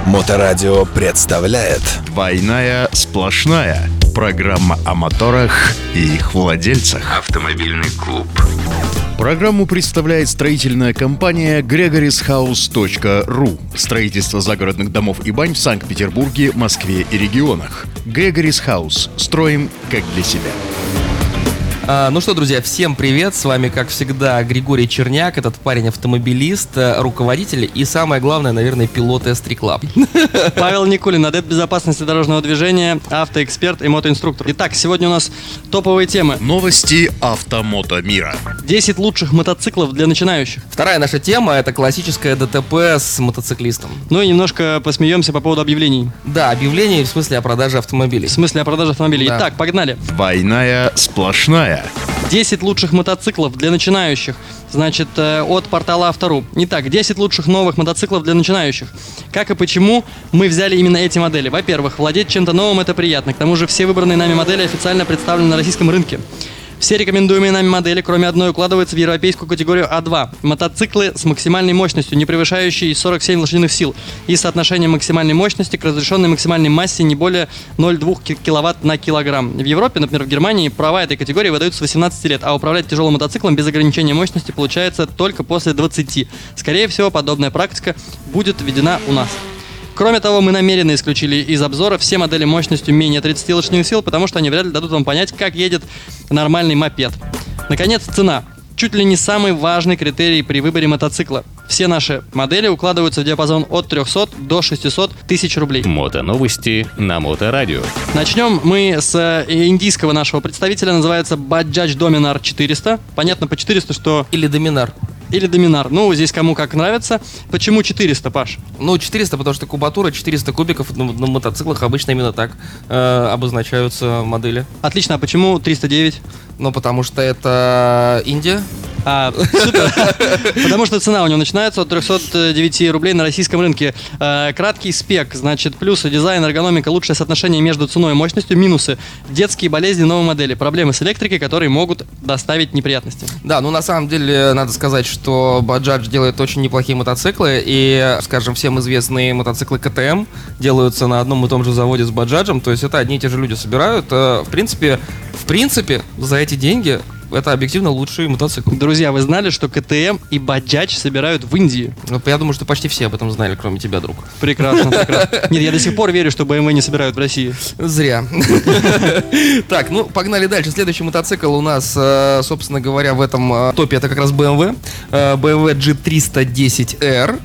Моторадио представляет «Двойная сплошная». Программа о моторах и их владельцах. Автомобильный клуб. Программу представляет строительная компания gregorishouse.ru. Строительство загородных домов и бань в Санкт-Петербурге, Москве и регионах. Gregory's House. Строим как для себя. Ну что, друзья, всем привет, с вами, как всегда, Григорий Черняк, этот парень-автомобилист, руководитель и, самое главное, наверное, пилот S3 Club. Павел Никулин, адепт безопасности дорожного движения, автоэксперт и мотоинструктор. Итак, сегодня у нас топовые темы. Новости автомото мира. 10 лучших мотоциклов для начинающих. Вторая наша тема – это классическое ДТП с мотоциклистом. Ну и немножко посмеемся по поводу объявлений. Да, объявление в смысле о продаже автомобилей. В смысле о продаже автомобилей. Да. Итак, погнали. Двойная сплошная. 10 лучших мотоциклов для начинающих. Значит, от портала Авто.ру. Итак, 10 лучших новых мотоциклов для начинающих. Как и почему мы взяли именно эти модели? Во-первых, владеть чем-то новым – это приятно. К тому же все выбранные нами модели официально представлены на российском рынке. Все рекомендуемые нами модели, кроме одной, укладываются в европейскую категорию А2. Мотоциклы с максимальной мощностью, не превышающей 47 лошадиных сил, и соотношением максимальной мощности к разрешенной максимальной массе не более 0,2 киловатт на килограмм. В Европе, например, в Германии, права этой категории выдаются с 18 лет, а управлять тяжелым мотоциклом без ограничения мощности получается только после 20. Скорее всего, подобная практика будет введена у нас. Кроме того, мы намеренно исключили из обзора все модели мощностью менее 30 лошадиных сил, потому что они вряд ли дадут вам понять, как едет нормальный мопед. Наконец, цена. Чуть ли не самый важный критерий при выборе мотоцикла. Все наши модели укладываются в диапазон от 300 до 600 тысяч рублей. Мотоновости на Моторадио. Начнем мы с индийского нашего представителя, называется Bajaj Dominar 400. Понятно по 400, что... Или Доминар. Или Доминар. Ну, здесь кому как нравится. Почему 400, Паш? Ну, 400, потому что кубатура 400 кубиков, на мотоциклах обычно именно так обозначаются модели. Отлично, а почему 309? Ну, потому что это Индия. Супер. Потому что цена у него начинается от 309 рублей на российском рынке. Краткий спек, значит, плюсы: дизайн, эргономика, лучшее соотношение между ценой и мощностью, минусы: детские болезни новой модели, проблемы с электрикой, которые могут доставить неприятности. Да, ну на самом деле надо сказать, что Bajaj делает очень неплохие мотоциклы, и, скажем, всем известные мотоциклы КТМ делаются на одном и том же заводе с Bajaj, то есть это одни и те же люди собирают. В принципе, за эти деньги это объективно лучший мотоцикл. Друзья, вы знали, что КТМ и Bajaj собирают в Индии? Ну, я думаю, что почти все об этом знали, кроме тебя, друг. Прекрасно, прекрасно. Нет, я до сих пор верю, что BMW не собирают в России. Зря. Так, ну, погнали дальше. Следующий мотоцикл у нас, собственно говоря, в этом топе, это как раз BMW. BMW G310R.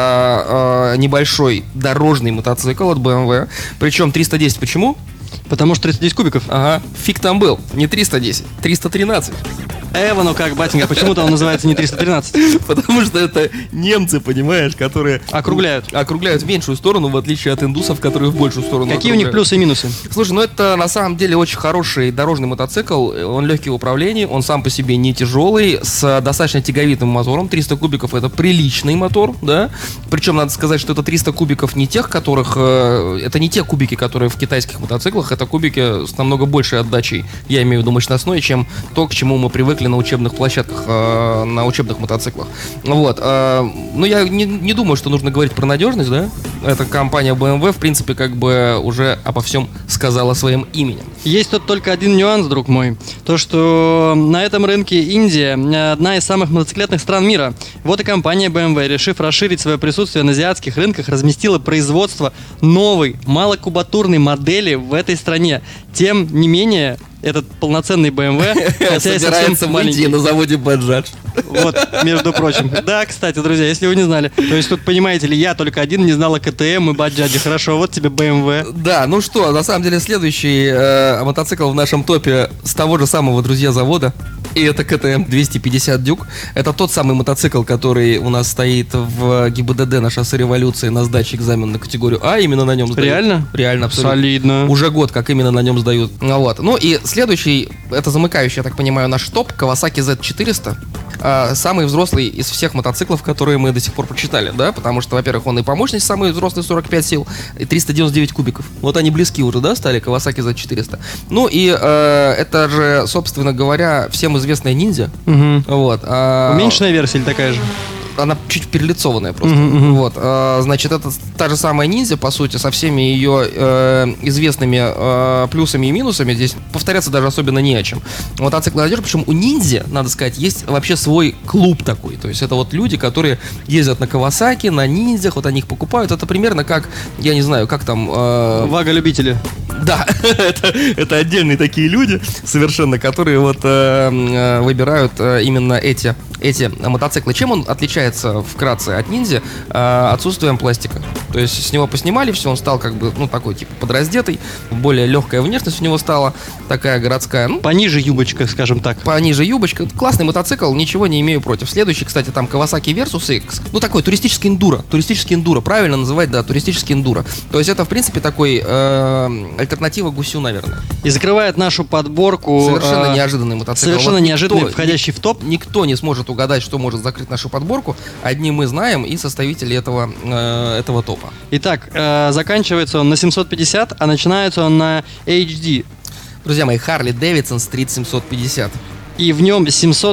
Это небольшой дорожный мотоцикл от BMW. Причем 310 почему? Потому что 310 кубиков. Ага, фиг там был. Не 310, 313. Ну как, батенька, почему-то он называется не 313. Потому что это немцы, понимаешь, которые округляют в меньшую сторону, в отличие от индусов, которые в большую сторону. Какие у них плюсы и минусы? Слушай, ну это на самом деле очень хороший дорожный мотоцикл. Он легкий в управлении, он сам по себе не тяжелый, с достаточно тяговитым мотором. 300 кубиков это приличный мотор, да. Причем надо сказать, что это 300 кубиков не тех, которых... Это не те кубики, которые в китайских мотоциклах, это кубики с намного большей отдачей, я имею в виду мощностной, чем то, к чему мы привыкли на учебных площадках, на учебных мотоциклах. Вот. Но я не думаю, что нужно говорить про надежность, да? Эта компания BMW, в принципе, как бы уже обо всем сказала своим именем. Есть тут только один нюанс, друг мой. То, что на этом рынке Индия одна из самых мотоциклетных стран мира. Вот и компания BMW, решив расширить свое присутствие на азиатских рынках, разместила производство новой малокубатурной модели в этой стране. Тем не менее, этот полноценный BMW, хотя и совсем маленький, на заводе Bajaj. Вот, между прочим. Да, кстати, друзья, если вы не знали. То есть тут, понимаете ли, я только один не знал о КТМ и Bajaj. Хорошо, вот тебе BMW. Да, ну что, на самом деле следующий мотоцикл в нашем топе с того же самого, друзья, завода. И это КТМ 250 Дюк. Это тот самый мотоцикл, который у нас стоит в ГИБДД на шоссе Революции на сдаче экзамена на категорию А. Именно на нем сдают. Реально? Реально, абсолютно. Солидно. Уже год, как именно на нем сдают. Вот. Ну и следующий, это замыкающий, я так понимаю, наш топ, Kawasaki Z400. Самый взрослый из всех мотоциклов, которые мы до сих пор прочитали, да, потому что, во-первых, он и по мощности самый взрослый, 45 сил, и 399 кубиков. Вот они близки уже, да, стали, Kawasaki Z400. Ну и это же, собственно говоря, всем известная ниндзя. Угу. Вот. Уменьшенная версия или такая же? она чуть перелицованная просто. Вот, значит, это та же самая ниндзя, по сути, со всеми ее известными плюсами и минусами. Здесь повторяться даже особенно не о чем. Мотоциклы надежны, причем у ниндзя, надо сказать, есть вообще свой клуб такой. То есть это вот люди, которые ездят на Кавасаки, на ниндзях, вот они их покупают. Это примерно как, я не знаю, как там... Вага-любители. Да, это отдельные такие люди, совершенно, которые вот выбирают именно эти мотоциклы. Чем он отличается вкратце от ниндзя? Отсутствием пластика. То есть с него поснимали все, он стал как бы, ну, такой, типа, подраздетый, более легкая внешность у него стала, такая городская. Ну, Пониже юбочка, скажем так. пониже юбочка. Классный мотоцикл, ничего не имею против. Следующий, кстати, там Kawasaki Versus X. Ну, такой туристический эндуро, правильно называть, да, туристический эндуро. То есть это, в принципе, такой альтернатива гусю, наверное. И закрывает нашу подборку... Совершенно неожиданный мотоцикл. Совершенно Вот неожиданный, никто, входящий в топ. Никто не сможет угадать, что может закрыть нашу подборку. Одни мы знаем и составители этого топа. Итак, заканчивается он на 750, а начинается он на HD. Друзья мои, Harley Davidson Street 750. И в нем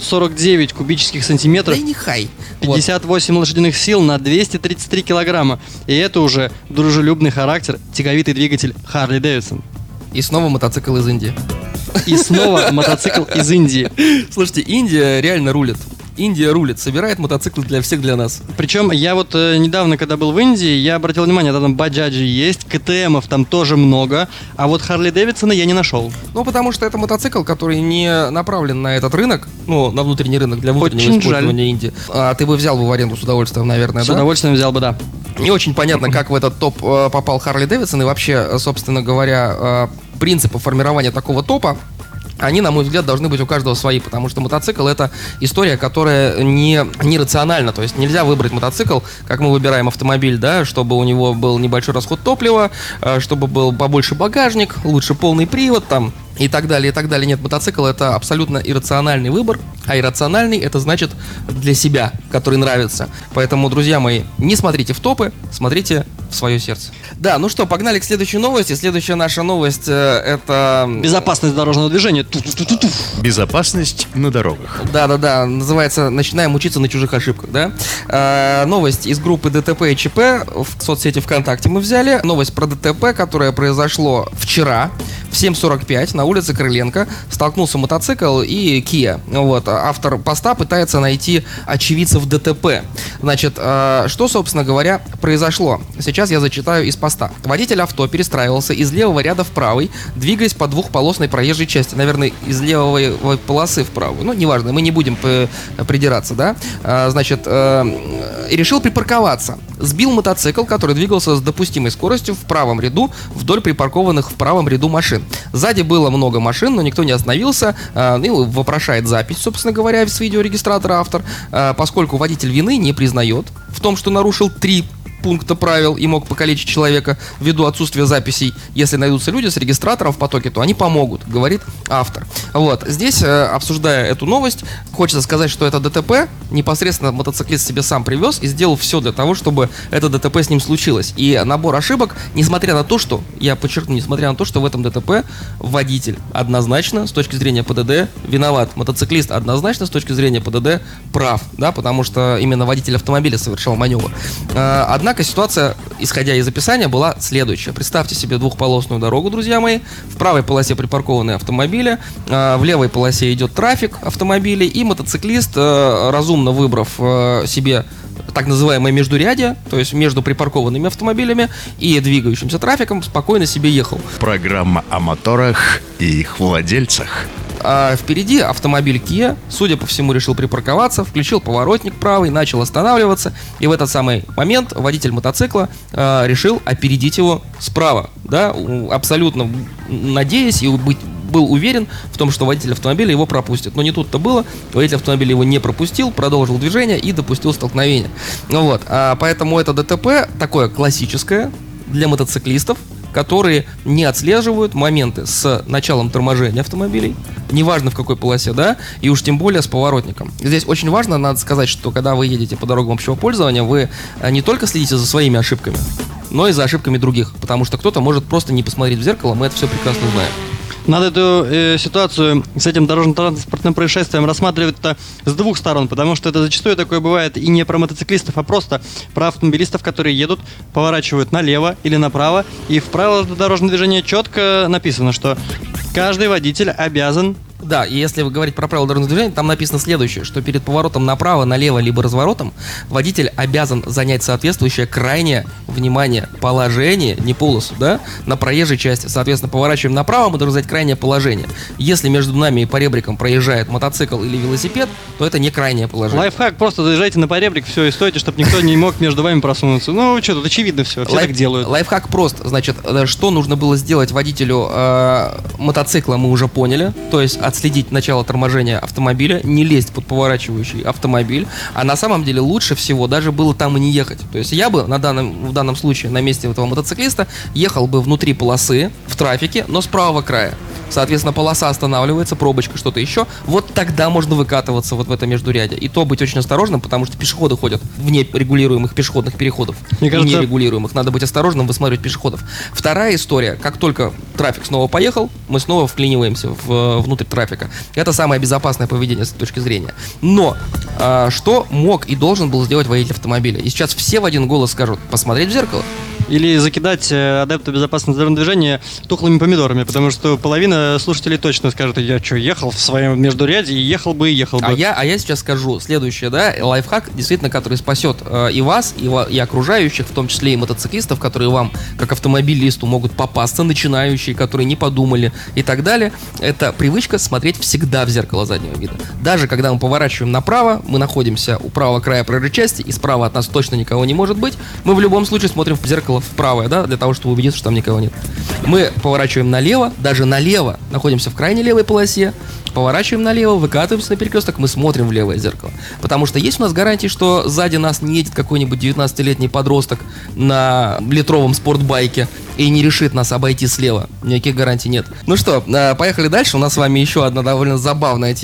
749 кубических Да сантиметров, и не хай. Вот. 58 лошадиных сил на 233 килограмма. И это уже дружелюбный характер, тяговитый двигатель Harley Davidson. И снова мотоцикл из Индии. И снова мотоцикл из Индии. Слушайте, Индия реально рулит. Индия рулит, собирает мотоциклы для всех, для нас. Причем я вот недавно, когда был в Индии, я обратил внимание, там баджаджи есть, КТМов там тоже много, а вот Харли Дэвидсона я не нашел. Ну, потому что это мотоцикл, который не направлен на этот рынок, ну, на внутренний рынок для внутреннего Очень использования Индии. А ты бы взял бы в аренду с удовольствием, наверное, С да? удовольствием взял бы, да. Не очень понятно, как в этот топ попал Харли Дэвидсон, и вообще, собственно говоря, принципы формирования такого топа, они, на мой взгляд, должны быть у каждого свои, потому что мотоцикл — это история, которая не рациональна. То есть нельзя выбрать мотоцикл, как мы выбираем автомобиль, да, чтобы у него был небольшой расход топлива, чтобы был побольше багажник, лучше полный привод там, и так далее, и так далее. Нет, мотоцикл — это абсолютно иррациональный выбор, а иррациональный — это значит для себя, который нравится. Поэтому, друзья мои, не смотрите в топы, смотрите в свое сердце. Да, ну что, погнали к следующей новости. Следующая наша новость — это... Безопасность дорожного движения. Ту-ту-ту-ту-ту. Безопасность на дорогах. Да-да-да, называется «Начинаем учиться на чужих ошибках», да? Новость из группы ДТП и ЧП в соцсети ВКонтакте мы взяли. Новость про ДТП, которое произошло вчера в 7:45 на улице Крыленко. Столкнулся мотоцикл и Kia. Вот, автор поста пытается найти очевидцев ДТП. Значит, что, собственно говоря, произошло? Сейчас я зачитаю из поста. Водитель авто перестраивался из левого ряда в правый, двигаясь по двухполосной проезжей части. Наверное, из левой полосы в правую. Ну, неважно, мы не будем придираться, да? Значит, и решил припарковаться. Сбил мотоцикл, который двигался с допустимой скоростью в правом ряду вдоль припаркованных в правом ряду машин. Сзади было много машин, но никто не остановился. И вопрошает запись, собственно говоря, с видеорегистратора автор, поскольку водитель вины не признает в том, что нарушил 3 пункта правил и мог покалечить человека ввиду отсутствия записей. Если найдутся люди с регистратором в потоке, то они помогут, говорит автор. Вот, здесь, обсуждая эту новость, хочется сказать, что это ДТП непосредственно мотоциклист себе сам привез и сделал все для того, чтобы это ДТП с ним случилось. И набор ошибок, несмотря на то, что, я подчеркну, несмотря на то, что в этом ДТП водитель однозначно с точки зрения ПДД виноват. Мотоциклист однозначно с точки зрения ПДД прав, да, потому что именно водитель автомобиля совершал маневр. Однако ситуация, исходя из описания, была следующая. Представьте себе двухполосную дорогу, друзья мои. В правой полосе припаркованы автомобили, в левой полосе идет трафик автомобилей, и мотоциклист, разумно выбрав себе так называемое междурядье, то есть между припаркованными автомобилями и двигающимся трафиком, спокойно себе ехал. Программа о моторах и их владельцах. А впереди автомобиль Kia, судя по всему, решил припарковаться, включил поворотник правый, начал останавливаться, и в этот самый момент водитель мотоцикла решил опередить его справа, да, абсолютно надеясь и был уверен в том, что водитель автомобиля его пропустит. Но не тут-то было, водитель автомобиля его не пропустил, продолжил движение и допустил столкновение. Ну вот, поэтому это ДТП такое классическое для мотоциклистов, которые не отслеживают моменты с началом торможения автомобилей, неважно в какой полосе, да, и уж тем более с поворотником. Здесь очень важно, надо сказать, что когда вы едете по дорогам общего пользования, вы не только следите за своими ошибками, но и за ошибками других, потому что кто-то может просто не посмотреть в зеркало, мы это все прекрасно знаем. Надо эту ситуацию с этим дорожно-транспортным происшествием рассматривать с двух сторон, потому что это зачастую такое бывает и не про мотоциклистов, а просто про автомобилистов, которые едут, поворачивают налево или направо, и в правилах дорожного движения четко написано, что каждый водитель обязан. Да, и если вы говорите про правила дорожного движения, там написано следующее, что перед поворотом направо, налево, либо разворотом водитель обязан занять соответствующее крайнее, внимание, положение, не полосу, да, на проезжей части. Соответственно, поворачиваем направо, мы должны занять крайнее положение. Если между нами и поребриком проезжает мотоцикл или велосипед, то это не крайнее положение. Лайфхак, просто заезжайте на поребрик, все, и стойте, чтобы никто не мог между вами просунуться. Ну, что, тут очевидно все так делают. Лайфхак прост. Значит, что нужно было сделать водителю мотоцикла, мы уже поняли. То есть отследить начало торможения автомобиля, не лезть под поворачивающий автомобиль, а на самом деле лучше всего даже было там и не ехать. То есть я бы в данном случае на месте этого мотоциклиста ехал бы внутри полосы, в трафике, но с правого края. Соответственно, полоса останавливается, пробочка, что-то еще. Вот тогда можно выкатываться вот в это междурядье. И то быть очень осторожным, потому что пешеходы ходят вне регулируемых пешеходных переходов. Мне кажется, нерегулируемых. Надо быть осторожным, высматривать пешеходов. Вторая история. Как только трафик снова поехал, мы снова вклиниваемся внутрь трафика. Это самое безопасное поведение с этой точки зрения. Но что мог и должен был сделать водитель автомобиля? И сейчас все в один голос скажут: посмотреть в зеркало. Или закидать адепту безопасности дорожного движения тухлыми помидорами, потому что половина слушателей точно скажет: я что, ехал в своем междуряде и ехал бы. А я сейчас скажу следующее, да, лайфхак, действительно, который спасет и вас, и окружающих, в том числе и мотоциклистов, которые вам, как автомобилисту, могут попасться, начинающие, которые не подумали и так далее. Это привычка смотреть всегда в зеркало заднего вида. Даже когда мы поворачиваем направо, мы находимся у правого края проезжей части, и справа от нас точно никого не может быть, мы в любом случае смотрим в зеркало в правое, да, для того, чтобы убедиться, что там никого нет. Мы поворачиваем налево, даже налево, находимся в крайней левой полосе, поворачиваем налево, выкатываемся на перекресток, мы смотрим в левое зеркало. Потому что есть у нас гарантии, что сзади нас не едет какой-нибудь 19-летний подросток на литровом спортбайке и не решит нас обойти слева. Никаких гарантий нет. Ну что, поехали дальше. У нас с вами еще одна довольно забавная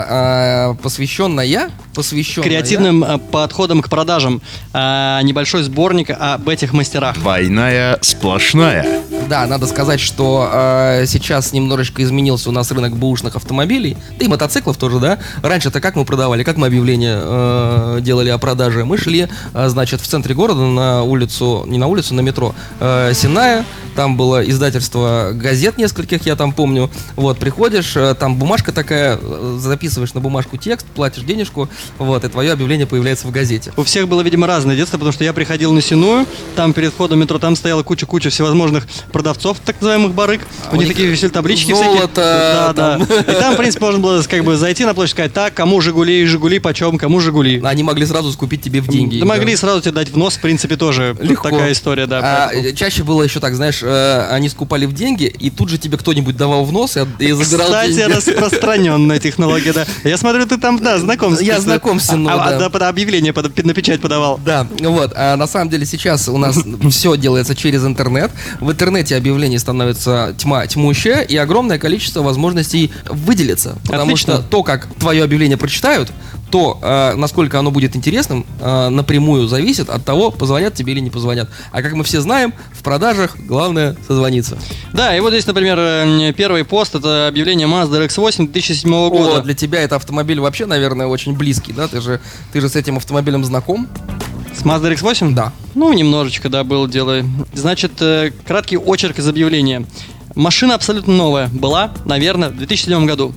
тема, посвященная креативным подходам к продажам. Небольшой сборник об этих мастерах. Двойная сплошная. Да, надо сказать, что сейчас немножечко изменился у нас рынок бэушных автомобилей, да и мотоциклов тоже, да. Раньше-то как мы продавали, как мы объявления делали о продаже? Мы шли, значит, в центре города на улицу, не на улицу, на метро Синая. Там было издательство газет нескольких, я там помню. Вот, приходишь, там бумажка такая, записываешь на бумажку текст, платишь денежку, вот, и твое объявление появляется в газете. У всех было, видимо, разное детство, потому что я приходил на Синую, там перед входом в метро, там стояла куча всевозможных продавцов, так называемых барыг. У них такие висели таблички золото, всякие. Да. И там, в принципе, можно было как бы зайти на площадь и сказать: так, кому Жигули почем, кому Жигули. Они могли сразу скупить тебе в деньги. Да, могли сразу тебе дать в нос, в принципе, тоже. Легко. Такая история, да. Чаще было еще так, знаешь, они скупали в деньги, и тут же тебе кто-нибудь давал в нос и забирал деньги. Кстати, распространенная технология, да. Я смотрю, ты там, да, знаком с Я знаком с Синой, да. Под объявление на печать подавал. Да, вот. А на самом деле сейчас у нас все делается через интернет. В интернете объявлений становится тьма тьмущая, и огромное количество возможностей выделиться. Потому Отлично. что то, как твое объявление прочитают, то, насколько оно будет интересным, напрямую зависит от того, позвонят тебе или не позвонят. А как мы все знаем, в продажах главное созвониться. Да, и вот здесь, например, первый пост — это объявление Mazda RX-8 2007 года. О, для тебя это автомобиль вообще, наверное, очень близкий, да? Ты же с этим автомобилем знаком? С Mazda RX-8? Да. Ну, немножечко, да, было дело. Значит, краткий очерк из объявления. Машина абсолютно новая. Была, наверное, в 2007 году.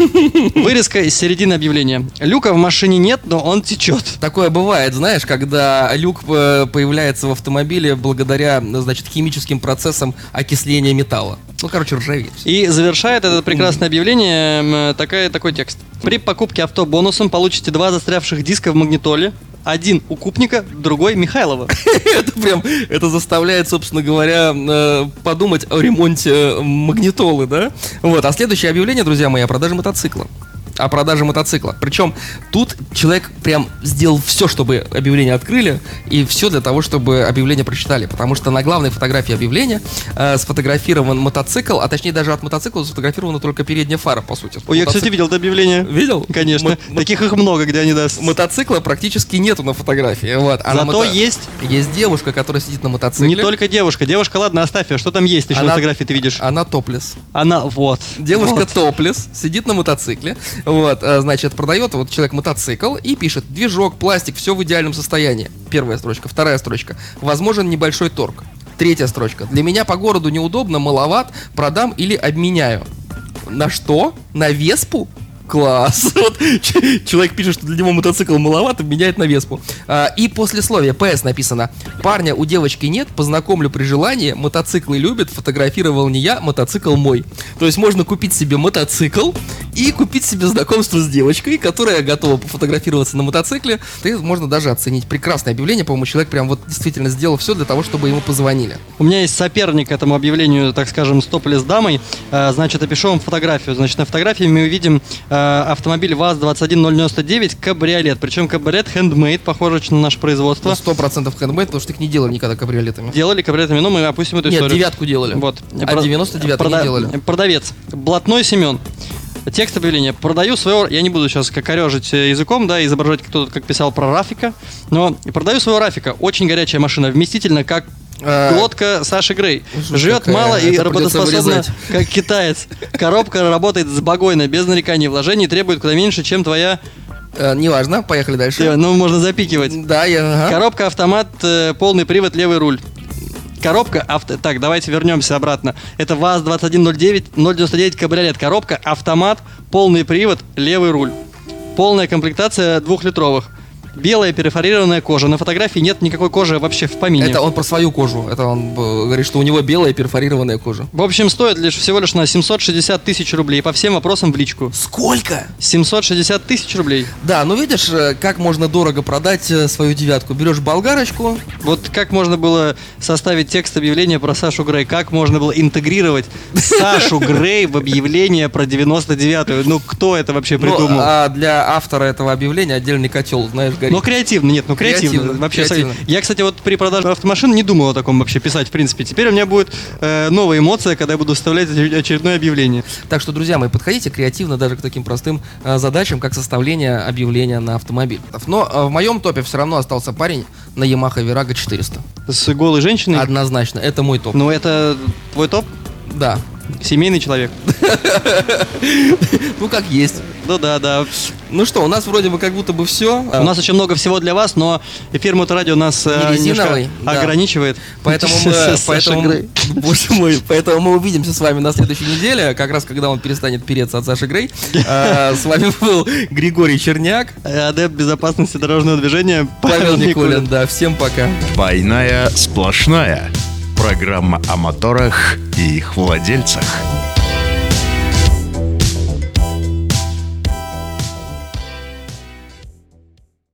Вырезка из середины объявления. Люка в машине нет, но он течет. Такое бывает, знаешь, когда люк появляется в автомобиле благодаря, значит, химическим процессам окисления металла. Ну, короче, ржавеет. И завершает это прекрасное объявление такой текст. При покупке авто бонусом получите 2 застрявших диска в магнитоле. Один у Купника, другой Михайлова. Это заставляет, собственно говоря, подумать о ремонте магнитолы, да? Вот. А следующее объявление, друзья мои, о продаже мотоцикла. о продаже мотоцикла. Причем тут человек прям сделал все, чтобы объявление открыли, и все для того, чтобы объявление прочитали. Потому что на главной фотографии объявления сфотографирован мотоцикл, а точнее даже от мотоцикла сфотографирована только передняя фара, по сути. Ой, я, кстати, видел это объявление. Видел? Конечно. Таких их много, где они даст. Мотоцикла практически нету на фотографии. Вот. А Зато есть... Есть девушка, которая сидит на мотоцикле. Не только девушка. Девушка, ладно, оставь ее. Что там есть еще на фотографии ты видишь? Она топлес. Она, вот. Девушка топлес, сидит на мотоцикле. Вот, значит, продает вот человек мотоцикл и пишет: движок, пластик, все в идеальном состоянии. Первая строчка. Вторая строчка: возможен небольшой торг. Третья строчка: для меня по городу неудобно, маловат, продам или обменяю. На что? На Веспу? Класс. Вот, человек пишет, что для него мотоцикл маловато, меняет на Веспу. И послесловие ПС написано: парня у девочки нет, познакомлю при желании, мотоциклы любит, фотографировал не я, мотоцикл мой. То есть можно купить себе мотоцикл и купить себе знакомство с девочкой, которая готова пофотографироваться на мотоцикле. И можно даже оценить. Прекрасное объявление, по-моему, человек прям вот действительно сделал все для того, чтобы ему позвонили. У меня есть соперник этому объявлению, так скажем, с дамой. Значит, опишу вам фотографию. Значит, на фотографии мы увидим автомобиль ВАЗ-21099, кабриолет. Причем кабриолет handmade, похоже очень на наше производство. 100% handmade, потому что их не делали никогда кабриолетами. Делали кабриолетами, но мы опустим эту Нет, историю. девятку делали. Вот. А 99 не делали. Продавец. Блатной Семен. Текст объявления. Продаю своего... Я не буду сейчас корежить языком, да, изображать, кто тут как писал про Рафика. Но продаю своего Рафика. Очень горячая машина. Вместительно, как лодка Саши Грей. Живет мало и работоспособна, как китаец. Коробка работает спокойно, без нареканий. Вложений требует куда меньше, чем твоя... Неважно, поехали дальше. Ну, можно запикивать. Да, ага. Коробка, автомат, полный привод, левый руль. Коробка, Так, давайте вернемся обратно. Это ВАЗ-2109 кабриолет. Коробка, автомат, полный привод, левый руль. Полная комплектация 2-литровых. Белая перфорированная кожа. На фотографии нет никакой кожи вообще в помине. Это он про свою кожу. Это он говорит, что у него белая перфорированная кожа. В общем, стоит всего лишь на 760 тысяч рублей. По всем вопросам в личку. Сколько? 760 тысяч рублей. Да, ну видишь, как можно дорого продать свою девятку. Берешь болгарочку. Вот как можно было составить текст объявления про Сашу Грей? Как можно было интегрировать Сашу Грей в объявление про 99-ю? Ну, кто это вообще придумал? А для автора этого объявления отдельный котел, знаешь, горит. Ну, креативно, нет, креативно. Вообще, креативно. Я, кстати, вот при продаже автомашин не думал о таком вообще писать, в принципе. Теперь у меня будет новая эмоция, когда я буду вставлять очередное объявление. Так что, друзья мои, подходите креативно даже к таким простым задачам, как составление объявления на автомобиль. Но в моем топе все равно остался парень на Yamaha Virago 400. С голой женщиной? Однозначно, это мой топ. Ну, это твой топ? Да. Семейный человек. Ну, как есть. Ну да. Ну что, у нас вроде бы как будто бы все. У нас очень много всего для вас, но эфир Моторадио нас немножко ограничивает. Поэтому боже мой, поэтому мы увидимся с вами на следующей неделе, как раз когда он перестанет переться от Саши Грей. С вами был Григорий Черняк, адепт безопасности дорожного движения Павел Никулин. Да, всем пока. Двойная сплошная. Программа о моторах и их владельцах.